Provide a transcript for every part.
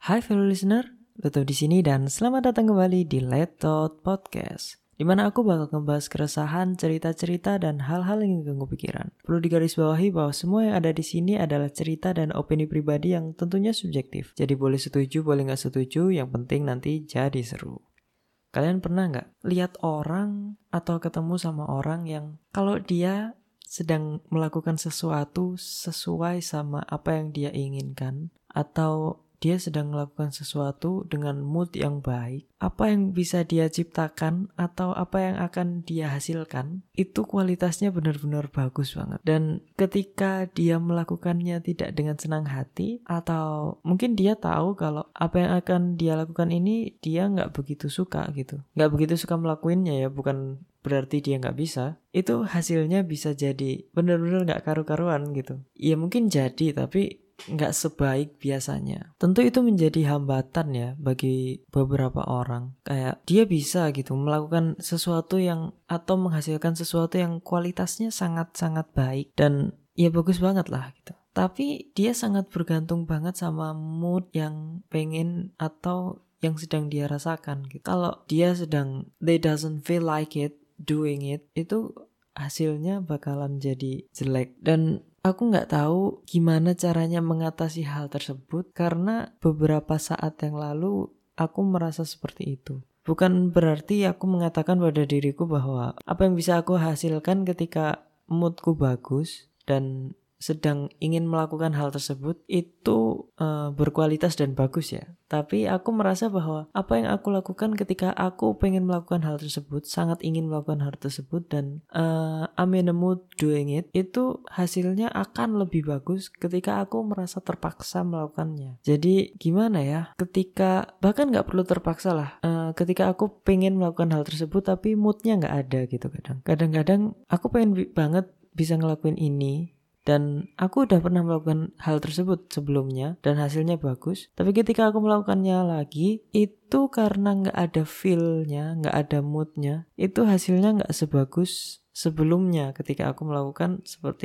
Hai fellow listener, tetap di sini dan selamat datang kembali di Let Thought Podcast, di mana aku bakal ngebahas keresahan, cerita-cerita, dan hal-hal yang mengganggu pikiran. Perlu digarisbawahi bahwa semua yang ada di sini adalah cerita dan opini pribadi yang tentunya subjektif. Jadi boleh setuju, boleh nggak setuju, yang penting nanti jadi seru. Kalian pernah nggak lihat orang atau ketemu sama orang yang kalau dia sedang melakukan sesuatu sesuai sama apa yang dia inginkan, atau dia sedang melakukan sesuatu dengan mood yang baik, apa yang bisa dia ciptakan atau apa yang akan dia hasilkan, itu kualitasnya benar-benar bagus banget. Dan ketika dia melakukannya tidak dengan senang hati, atau mungkin dia tahu kalau apa yang akan dia lakukan ini dia nggak begitu suka gitu. Nggak begitu suka melakukannya ya, bukan berarti dia nggak bisa. Itu hasilnya bisa jadi benar-benar nggak karu-karuan gitu. Ya mungkin jadi, tapi nggak sebaik biasanya. Tentu itu menjadi hambatan ya bagi beberapa orang. Kayak dia bisa gitu melakukan sesuatu yang atau menghasilkan sesuatu yang kualitasnya sangat-sangat baik dan ya bagus banget lah gitu. Tapi dia sangat bergantung banget sama mood yang pengen atau yang sedang dia rasakan gitu. Kalau dia they doesn't feel like it doing it, itu hasilnya bakalan jadi jelek. Dan aku nggak tahu gimana caranya mengatasi hal tersebut karena beberapa saat yang lalu aku merasa seperti itu. Bukan berarti aku mengatakan pada diriku bahwa apa yang bisa aku hasilkan ketika moodku bagus dan sedang ingin melakukan hal tersebut itu berkualitas dan bagus ya. Tapi aku merasa bahwa apa yang aku lakukan ketika aku pengen melakukan hal tersebut, sangat ingin melakukan hal tersebut dan I'm in the mood doing it, itu hasilnya akan lebih bagus ketika aku merasa terpaksa melakukannya. Jadi gimana ya, ketika bahkan gak perlu terpaksa lah, ketika aku pengen melakukan hal tersebut tapi moodnya gak ada gitu kadang-kadang aku pengen banget bisa ngelakuin ini dan aku udah pernah melakukan hal tersebut sebelumnya dan hasilnya bagus. Tapi ketika aku melakukannya lagi, itu karena gak ada feel-nya, gak ada mood-nya, itu hasilnya gak sebagus sebelumnya ketika aku melakukan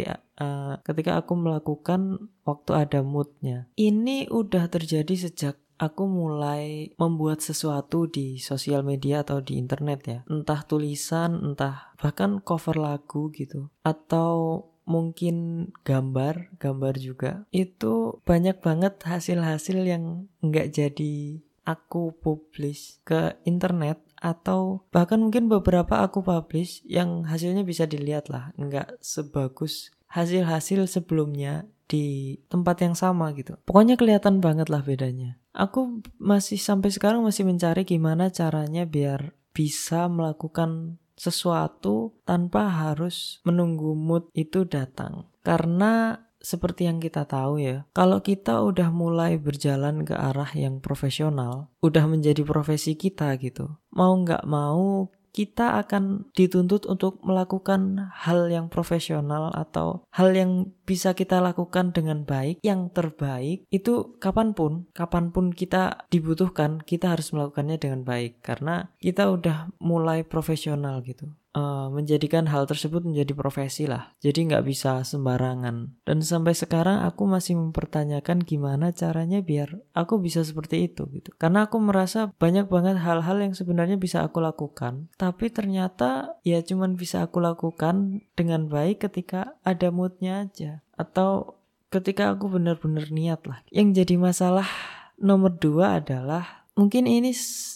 ketika aku melakukan waktu ada mood-nya. Ini udah terjadi sejak aku mulai membuat sesuatu di sosial media atau di internet ya. Entah tulisan, entah bahkan cover lagu gitu. Atau mungkin gambar juga. Itu banyak banget hasil-hasil yang nggak jadi aku publish ke internet, atau bahkan mungkin beberapa aku publish yang hasilnya bisa dilihat lah, nggak sebagus hasil-hasil sebelumnya di tempat yang sama gitu. Pokoknya kelihatan banget lah bedanya. Aku sampai sekarang masih mencari gimana caranya biar bisa melakukan sesuatu tanpa harus menunggu mood itu datang. Karena seperti yang kita tahu ya, kalau kita udah mulai berjalan ke arah yang profesional, udah menjadi profesi kita gitu, mau gak mau kita akan dituntut untuk melakukan hal yang profesional atau hal yang bisa kita lakukan dengan baik, yang terbaik itu kapanpun kita dibutuhkan, kita harus melakukannya dengan baik karena kita udah mulai profesional gitu. Menjadikan hal tersebut menjadi profesi lah, jadi nggak bisa sembarangan. Dan sampai sekarang aku masih mempertanyakan gimana caranya biar aku bisa seperti itu gitu. Karena aku merasa banyak banget hal-hal yang sebenarnya bisa aku lakukan, tapi ternyata ya cuman bisa aku lakukan dengan baik ketika ada moodnya aja, atau ketika aku benar-benar niat lah. Yang jadi masalah nomor 2 adalah mungkin ini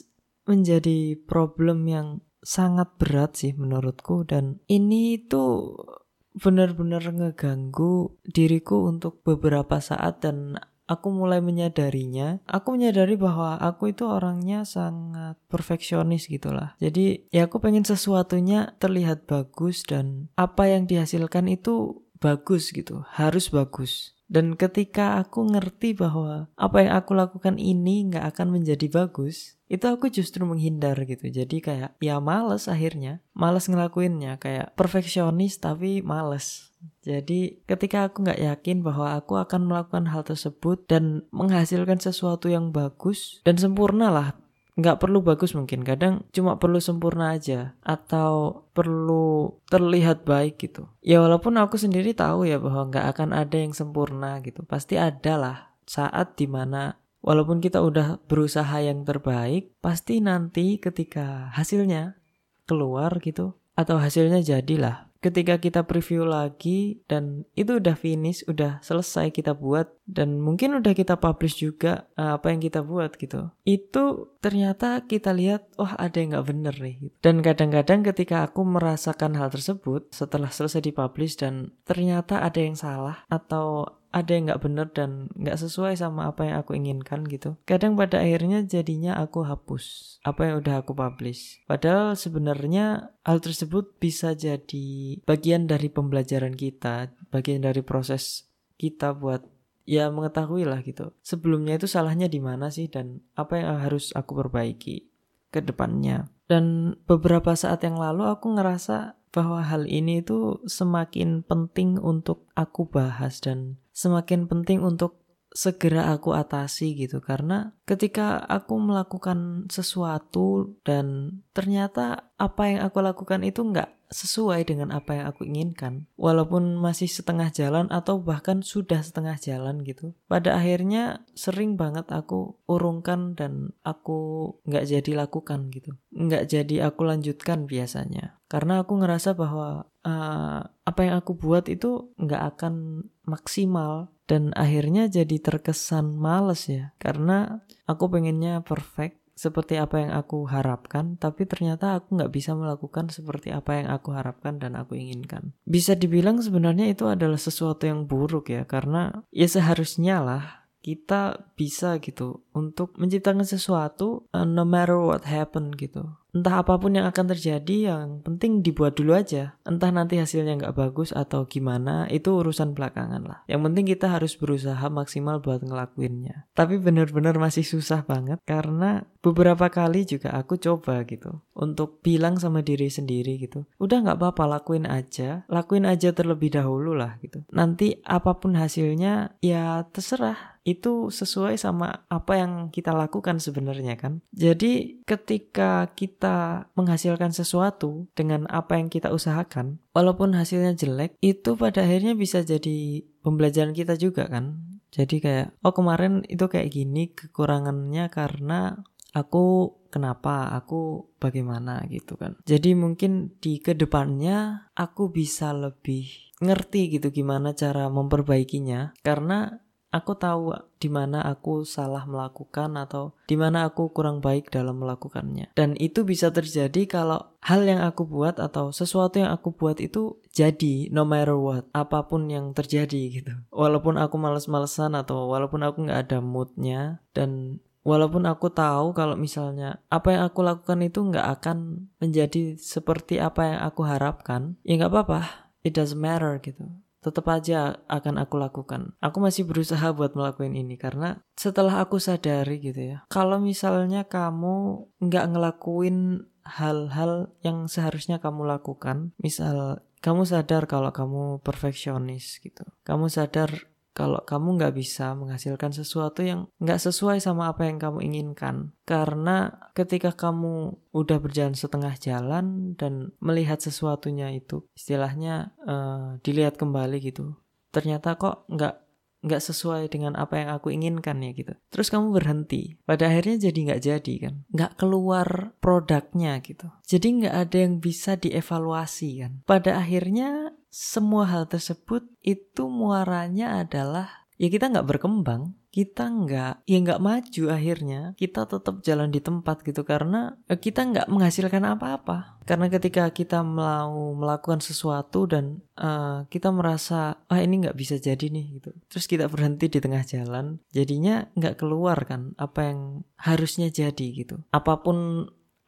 menjadi problem yang sangat berat sih menurutku, dan ini tuh benar-benar ngeganggu diriku untuk beberapa saat dan aku mulai menyadarinya. Aku menyadari bahwa aku itu orangnya sangat perfeksionis gitulah. Jadi ya aku pengen sesuatunya terlihat bagus dan apa yang dihasilkan itu bagus gitu, harus bagus. Dan ketika aku ngerti bahwa apa yang aku lakukan ini gak akan menjadi bagus, itu aku justru menghindar gitu. Jadi kayak ya males ngelakuinnya, kayak perfeksionis tapi males. Jadi ketika aku gak yakin bahwa aku akan melakukan hal tersebut dan menghasilkan sesuatu yang bagus dan sempurna lah, gak perlu bagus, mungkin kadang cuma perlu sempurna aja atau perlu terlihat baik gitu. Ya walaupun aku sendiri tahu ya bahwa gak akan ada yang sempurna gitu, pasti ada lah saat dimana Walaupun kita udah berusaha yang terbaik, pasti nanti ketika hasilnya keluar gitu, atau hasilnya jadilah, ketika kita preview lagi dan itu udah finish, udah selesai kita buat, dan mungkin udah kita publish juga apa yang kita buat gitu, itu ternyata kita lihat, wah ada yang gak bener nih gitu. Dan kadang-kadang ketika aku merasakan hal tersebut setelah selesai dipublish dan ternyata ada yang salah atau ada yang gak bener dan gak sesuai sama apa yang aku inginkan gitu, kadang pada akhirnya jadinya aku hapus apa yang udah aku publish. Padahal sebenarnya hal tersebut bisa jadi bagian dari pembelajaran kita, bagian dari proses kita buat ya mengetahui lah gitu, sebelumnya itu salahnya di mana sih dan apa yang harus aku perbaiki ke depannya. Dan beberapa saat yang lalu aku ngerasa bahwa hal ini itu semakin penting untuk aku bahas dan semakin penting untuk segera aku atasi gitu. Karena ketika aku melakukan sesuatu dan ternyata apa yang aku lakukan itu nggak sesuai dengan apa yang aku inginkan, walaupun masih setengah jalan atau bahkan sudah setengah jalan gitu, pada akhirnya sering banget aku urungkan dan aku nggak jadi lakukan gitu, nggak jadi aku lanjutkan biasanya. Karena aku ngerasa bahwa apa yang aku buat itu nggak akan maksimal dan akhirnya jadi terkesan males ya, karena aku pengennya perfect seperti apa yang aku harapkan, tapi ternyata aku nggak bisa melakukan seperti apa yang aku harapkan dan aku inginkan. Bisa dibilang sebenarnya itu adalah sesuatu yang buruk ya, karena ya seharusnya lah kita bisa gitu untuk menciptakan sesuatu no matter what happen gitu. Entah apapun yang akan terjadi, yang penting dibuat dulu aja. Entah nanti hasilnya nggak bagus atau gimana, itu urusan belakangan lah. Yang penting kita harus berusaha maksimal buat ngelakuinnya. Tapi bener-bener masih susah banget, karena beberapa kali juga aku coba gitu untuk bilang sama diri sendiri gitu, udah nggak apa-apa, lakuin aja terlebih dahulu lah gitu. Nanti apapun hasilnya ya terserah, itu sesuai sama apa yang kita lakukan sebenarnya kan. Jadi ketika kita menghasilkan sesuatu dengan apa yang kita usahakan, walaupun hasilnya jelek, itu pada akhirnya bisa jadi pembelajaran kita juga kan. Jadi kayak, oh kemarin itu kayak gini kekurangannya karena aku kenapa, aku bagaimana gitu kan. Jadi mungkin di kedepannya aku bisa lebih ngerti gitu gimana cara memperbaikinya, karena aku tahu di mana aku salah melakukan atau di mana aku kurang baik dalam melakukannya. Dan itu bisa terjadi kalau hal yang aku buat atau sesuatu yang aku buat itu jadi no matter what, apapun yang terjadi gitu. Walaupun aku males-malesan atau walaupun aku nggak ada moodnya, dan walaupun aku tahu kalau misalnya apa yang aku lakukan itu nggak akan menjadi seperti apa yang aku harapkan, ya nggak apa-apa, it doesn't matter gitu. Tetap aja akan aku lakukan. Aku masih berusaha buat melakukan ini karena setelah aku sadari gitu ya, kalau misalnya kamu nggak ngelakuin hal-hal yang seharusnya kamu lakukan, misal kamu sadar kalau kamu perfeksionis gitu, kamu sadar kalau kamu nggak bisa menghasilkan sesuatu yang nggak sesuai sama apa yang kamu inginkan. Karena ketika kamu udah berjalan setengah jalan dan melihat sesuatunya itu, istilahnya dilihat kembali gitu, ternyata kok nggak sesuai dengan apa yang aku inginkan ya gitu. Terus kamu berhenti, pada akhirnya jadi nggak jadi kan, nggak keluar produknya gitu. Jadi nggak ada yang bisa dievaluasi kan. Pada akhirnya semua hal tersebut itu muaranya adalah ya kita nggak berkembang, kita nggak maju, akhirnya kita tetap jalan di tempat gitu, karena kita nggak menghasilkan apa-apa. Karena ketika kita mau melakukan sesuatu dan kita merasa ini nggak bisa jadi nih gitu, terus kita berhenti di tengah jalan, jadinya nggak keluar kan apa yang harusnya jadi gitu. Apapun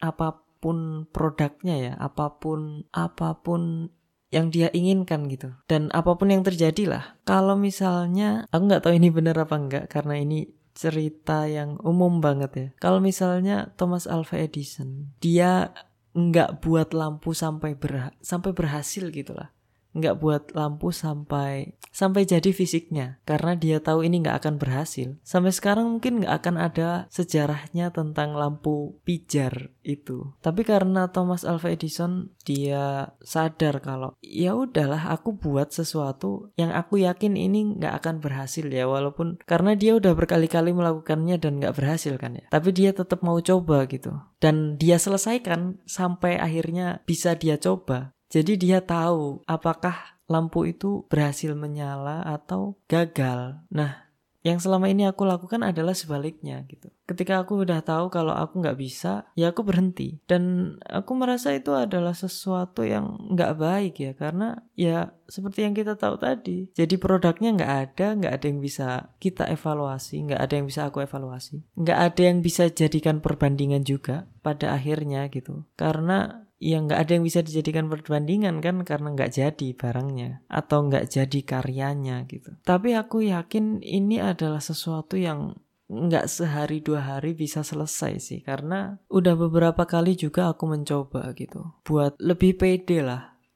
produknya ya, apapun yang dia inginkan gitu. Dan apapun yang terjadi lah. Kalau misalnya, aku gak tahu ini benar apa enggak, karena ini cerita yang umum banget ya. Kalau misalnya Thomas Alva Edison, dia gak buat lampu sampai berhasil gitu lah. nggak buat lampu sampai jadi fisiknya, karena dia tahu ini nggak akan berhasil. Sampai sekarang mungkin nggak akan ada sejarahnya tentang lampu pijar itu. Tapi karena Thomas Alva Edison, dia sadar kalau ya udahlah, aku buat sesuatu yang aku yakin ini nggak akan berhasil ya, walaupun karena dia udah berkali-kali melakukannya dan nggak berhasil kan ya. Tapi dia tetap mau coba gitu, dan dia selesaikan sampai akhirnya bisa dia coba. Jadi dia tahu apakah lampu itu berhasil menyala atau gagal. Nah, yang selama ini aku lakukan adalah sebaliknya gitu. Ketika aku udah tahu kalau aku nggak bisa, ya aku berhenti. Dan aku merasa itu adalah sesuatu yang nggak baik ya, karena ya seperti yang kita tahu tadi. Jadi produknya nggak ada yang bisa kita evaluasi, nggak ada yang bisa aku evaluasi, nggak ada yang bisa jadikan perbandingan juga pada akhirnya gitu. Karena ya nggak ada yang bisa dijadikan perbandingan kan, karena nggak jadi barangnya atau nggak jadi karyanya gitu. Tapi aku yakin ini adalah sesuatu yang nggak sehari 2 hari bisa selesai sih, karena udah beberapa kali juga aku mencoba gitu buat lebih pede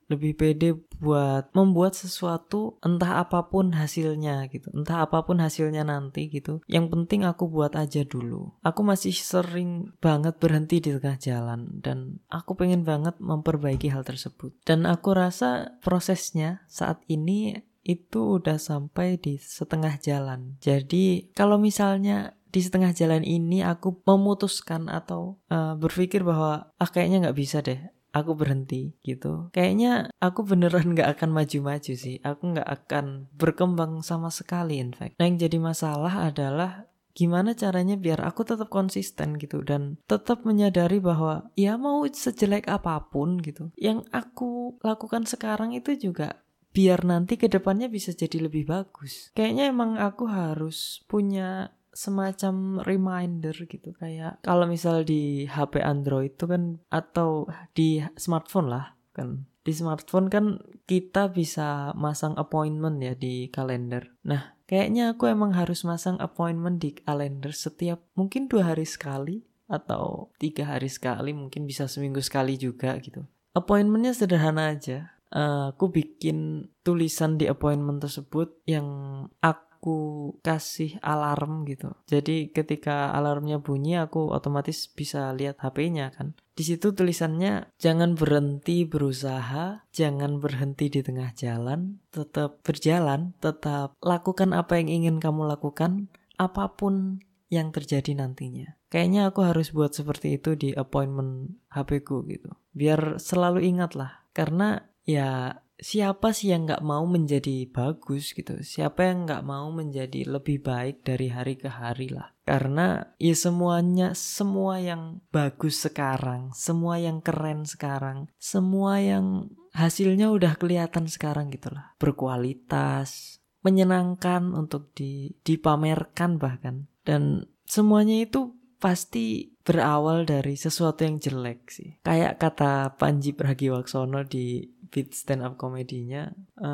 buat membuat sesuatu, entah apapun hasilnya gitu, entah apapun hasilnya nanti gitu. Yang penting aku buat aja dulu. Aku masih sering banget berhenti di tengah jalan, dan aku pengen banget memperbaiki hal tersebut. Dan aku rasa prosesnya saat ini itu udah sampai di setengah jalan. Jadi kalau misalnya di setengah jalan ini aku memutuskan atau berpikir bahwa kayaknya nggak bisa deh, aku berhenti gitu, kayaknya aku beneran gak akan maju-maju sih. Aku gak akan berkembang sama sekali in fact. Nah, yang jadi masalah adalah gimana caranya biar aku tetap konsisten gitu, dan tetap menyadari bahwa ya mau sejelek apapun gitu, yang aku lakukan sekarang itu juga biar nanti ke depannya bisa jadi lebih bagus. Kayaknya emang aku harus punya semacam reminder gitu, kayak kalau misal di HP Android itu kan, atau di smartphone lah kan, di smartphone kan kita bisa masang appointment ya di kalender. Nah, kayaknya aku emang harus masang appointment di kalender setiap mungkin 2 hari sekali atau 3 hari sekali, mungkin bisa seminggu sekali juga gitu. Appointmentnya sederhana aja. Aku bikin tulisan di appointment tersebut yang aku kasih alarm gitu. Jadi ketika alarmnya bunyi, aku otomatis bisa lihat HP-nya kan. Di situ tulisannya, jangan berhenti berusaha, jangan berhenti di tengah jalan, tetap berjalan, tetap lakukan apa yang ingin kamu lakukan, apapun yang terjadi nantinya. Kayaknya aku harus buat seperti itu di appointment HP-ku gitu. Biar selalu ingat lah. Karena ya siapa sih yang gak mau menjadi bagus gitu? Siapa yang gak mau menjadi lebih baik dari hari ke hari lah? Karena ya semua yang bagus sekarang, semua yang keren sekarang, semua yang hasilnya udah kelihatan sekarang gitu lah. Berkualitas, menyenangkan untuk dipamerkan bahkan. Dan semuanya itu pasti berawal dari sesuatu yang jelek sih. Kayak kata Panji Pragiwaksono di beat stand up komedinya,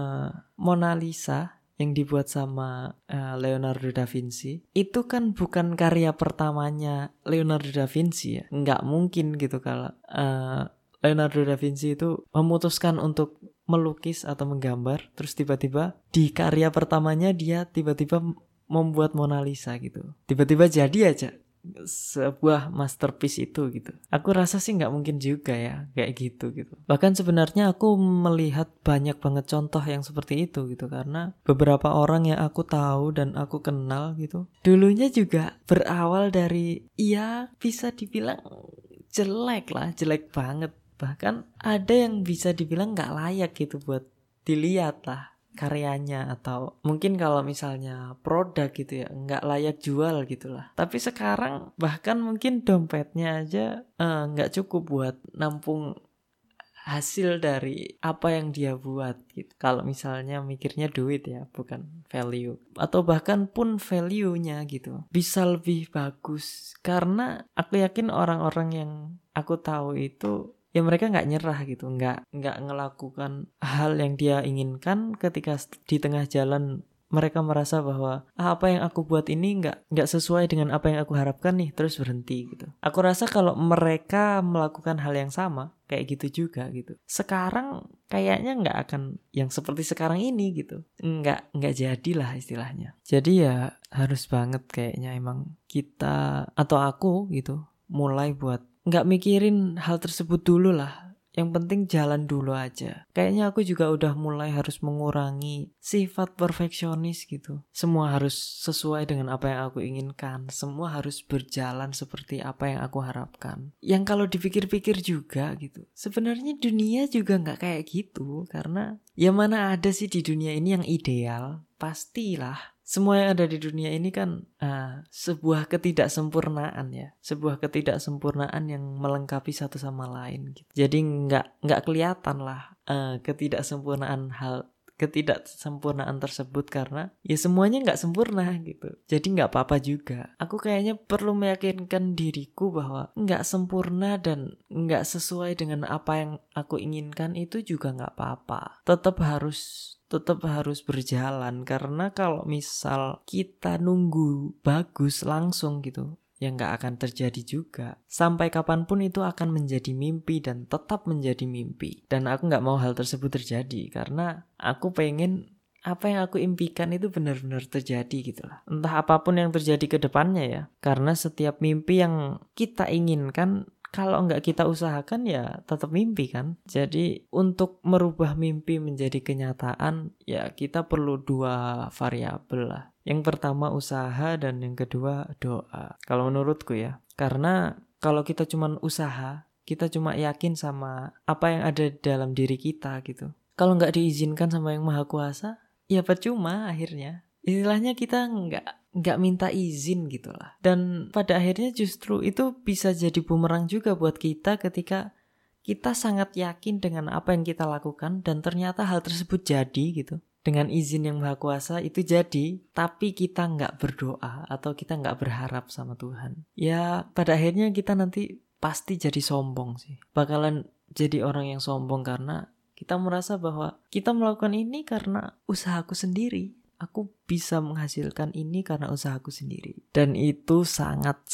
Mona Lisa yang dibuat sama Leonardo da Vinci itu kan bukan karya pertamanya Leonardo da Vinci ya. Nggak mungkin gitu kalau Leonardo da Vinci itu memutuskan untuk melukis atau menggambar, terus tiba-tiba di karya pertamanya dia tiba-tiba membuat Mona Lisa gitu. Tiba-tiba jadi aja sebuah masterpiece itu gitu. Aku rasa sih nggak mungkin juga ya kayak gitu. Bahkan sebenarnya aku melihat banyak banget contoh yang seperti itu gitu, karena beberapa orang yang aku tahu dan aku kenal gitu, dulunya juga berawal dari ya bisa dibilang jelek banget. Bahkan ada yang bisa dibilang nggak layak gitu buat dilihat lah karyanya, atau mungkin kalau misalnya produk gitu ya nggak layak jual gitulah. Tapi sekarang bahkan mungkin dompetnya aja nggak cukup buat nampung hasil dari apa yang dia buat gitu. Kalau misalnya mikirnya duit ya, bukan value, atau bahkan pun value-nya gitu bisa lebih bagus. Karena aku yakin orang-orang yang aku tahu itu ya mereka nggak nyerah gitu, nggak ngelakukan hal yang dia inginkan. Ketika di tengah jalan mereka merasa bahwa apa yang aku buat ini nggak sesuai dengan apa yang aku harapkan nih, terus berhenti gitu. Aku rasa kalau mereka melakukan hal yang sama kayak gitu juga gitu, sekarang kayaknya nggak akan yang seperti sekarang ini gitu, nggak jadilah istilahnya. Jadi ya harus banget kayaknya emang kita atau aku gitu mulai buat nggak mikirin hal tersebut dulu lah. Yang penting jalan dulu aja. Kayaknya aku juga udah mulai harus mengurangi sifat perfeksionis gitu. Semua harus sesuai dengan apa yang aku inginkan. Semua harus berjalan seperti apa yang aku harapkan. Yang kalau dipikir-pikir juga gitu, sebenarnya dunia juga gak kayak gitu. Karena ya mana ada sih di dunia ini yang ideal. Pastilah semua yang ada di dunia ini kan sebuah ketidaksempurnaan ya. Sebuah ketidaksempurnaan yang melengkapi satu sama lain gitu. Jadi nggak kelihatan lah ketidaksempurnaan tersebut karena ya semuanya nggak sempurna gitu. Jadi nggak apa-apa juga. Aku kayaknya perlu meyakinkan diriku bahwa nggak sempurna dan nggak sesuai dengan apa yang aku inginkan itu juga nggak apa-apa. Tetap harus berjalan, karena kalau misal kita nunggu bagus langsung gitu ya nggak akan terjadi juga. Sampai kapanpun itu akan menjadi mimpi dan tetap menjadi mimpi. Dan aku nggak mau hal tersebut terjadi karena aku pengen apa yang aku impikan itu benar-benar terjadi gitu lah. Entah apapun yang terjadi ke depannya ya. Karena setiap mimpi yang kita inginkan kalau nggak kita usahakan ya tetap mimpi kan. Jadi untuk merubah mimpi menjadi kenyataan ya kita perlu 2 variabel lah. Yang pertama usaha dan yang kedua doa. Kalau menurutku ya. Karena kalau kita cuma usaha, kita cuma yakin sama apa yang ada dalam diri kita gitu. Kalau nggak diizinkan sama Yang Maha Kuasa, ya percuma akhirnya. Istilahnya kita nggak minta izin gitu lah. Dan pada akhirnya justru itu bisa jadi bumerang juga buat kita ketika kita sangat yakin dengan apa yang kita lakukan dan ternyata hal tersebut jadi gitu. Dengan izin Yang Maha Kuasa itu jadi, tapi kita nggak berdoa atau kita nggak berharap sama Tuhan. Ya pada akhirnya kita nanti pasti jadi sombong sih. Bakalan jadi orang yang sombong karena kita merasa bahwa kita melakukan ini karena usahaku sendiri. Aku bisa menghasilkan ini karena usahaku sendiri. Dan itu sangat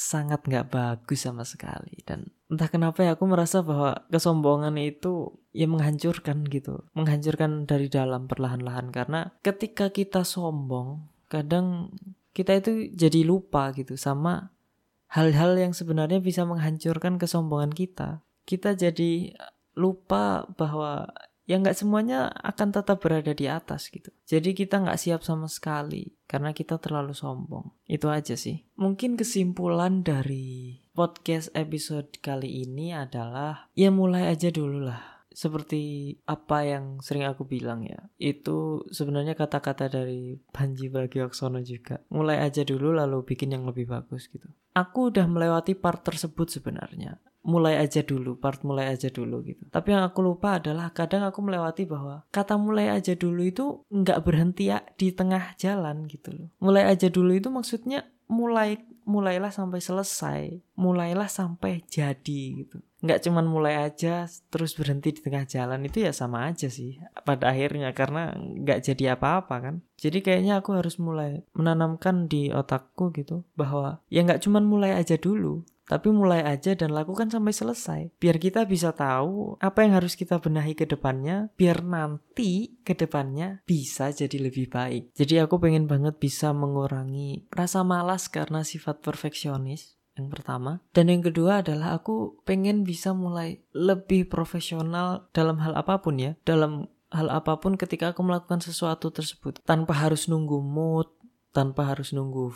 gak bagus sama sekali. Dan entah kenapa ya aku merasa bahwa kesombongan itu ya menghancurkan gitu. Menghancurkan dari dalam perlahan-lahan. Karena ketika kita sombong, kadang kita itu jadi lupa gitu sama hal-hal yang sebenarnya bisa menghancurkan kesombongan kita. Kita jadi lupa bahwa ya nggak semuanya akan tetap berada di atas gitu. Jadi kita nggak siap sama sekali karena kita terlalu sombong. Itu aja sih. Mungkin kesimpulan dari podcast episode kali ini adalah ya mulai aja dulu lah. Seperti apa yang sering aku bilang ya. Itu sebenarnya kata-kata dari Panji Pragiwaksono juga. Mulai aja dulu lalu bikin yang lebih bagus gitu. Aku udah melewati part tersebut sebenarnya. Mulai aja dulu gitu. Tapi yang aku lupa adalah kadang aku melewati bahwa kata mulai aja dulu itu nggak berhenti ya di tengah jalan gitu loh. Mulai aja dulu itu maksudnya mulailah sampai selesai, mulailah sampai jadi gitu. Nggak cuman mulai aja terus berhenti di tengah jalan, itu ya sama aja sih pada akhirnya karena nggak jadi apa-apa kan. Jadi kayaknya aku harus mulai menanamkan di otakku gitu bahwa ya nggak cuman mulai aja dulu, tapi mulai aja dan lakukan sampai selesai. Biar kita bisa tahu apa yang harus kita benahi ke depannya. Biar nanti ke depannya bisa jadi lebih baik. Jadi aku pengen banget bisa mengurangi rasa malas karena sifat perfeksionis. Yang pertama. Dan yang kedua adalah aku pengen bisa mulai lebih profesional dalam hal apapun ya. Dalam hal apapun ketika aku melakukan sesuatu tersebut. Tanpa harus nunggu mood. Tanpa harus nunggu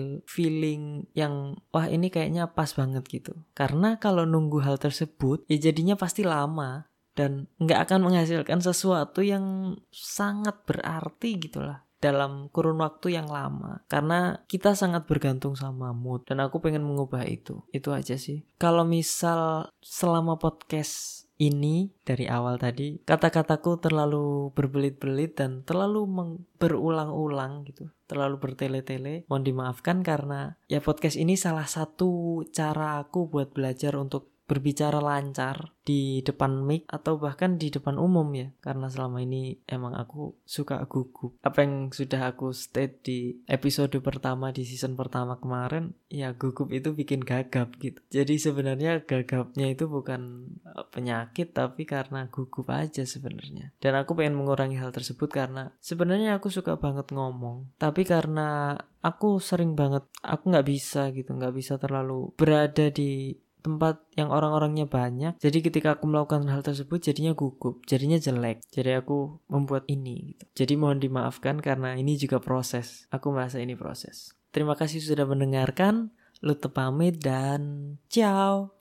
feeling yang wah ini kayaknya pas banget gitu. Karena kalau nunggu hal tersebut ya jadinya pasti lama dan nggak akan menghasilkan sesuatu yang sangat berarti gitulah dalam kurun waktu yang lama. Karena kita sangat bergantung sama mood dan aku pengen mengubah itu. Itu aja sih. Kalau misal selama podcast ini dari awal tadi kata-kataku terlalu berbelit-belit dan terlalu berulang-ulang gitu, terlalu bertele-tele, mohon dimaafkan karena ya podcast ini salah satu cara aku buat belajar untuk berbicara lancar di depan mic atau bahkan di depan umum ya, karena selama ini emang aku suka gugup. Apa yang sudah aku state di episode pertama di season pertama kemarin, ya gugup itu bikin gagap gitu. Jadi sebenarnya gagapnya itu bukan penyakit tapi karena gugup aja sebenarnya. Dan aku pengen mengurangi hal tersebut karena sebenarnya aku suka banget ngomong, tapi karena aku sering banget, aku nggak bisa terlalu berada di tempat yang orang-orangnya banyak. Jadi ketika aku melakukan hal tersebut jadinya gugup, jadinya jelek. Jadi aku membuat ini gitu. Jadi mohon dimaafkan karena ini juga proses. Aku merasa ini proses. Terima kasih sudah mendengarkan. Lutfi pamit dan ciao.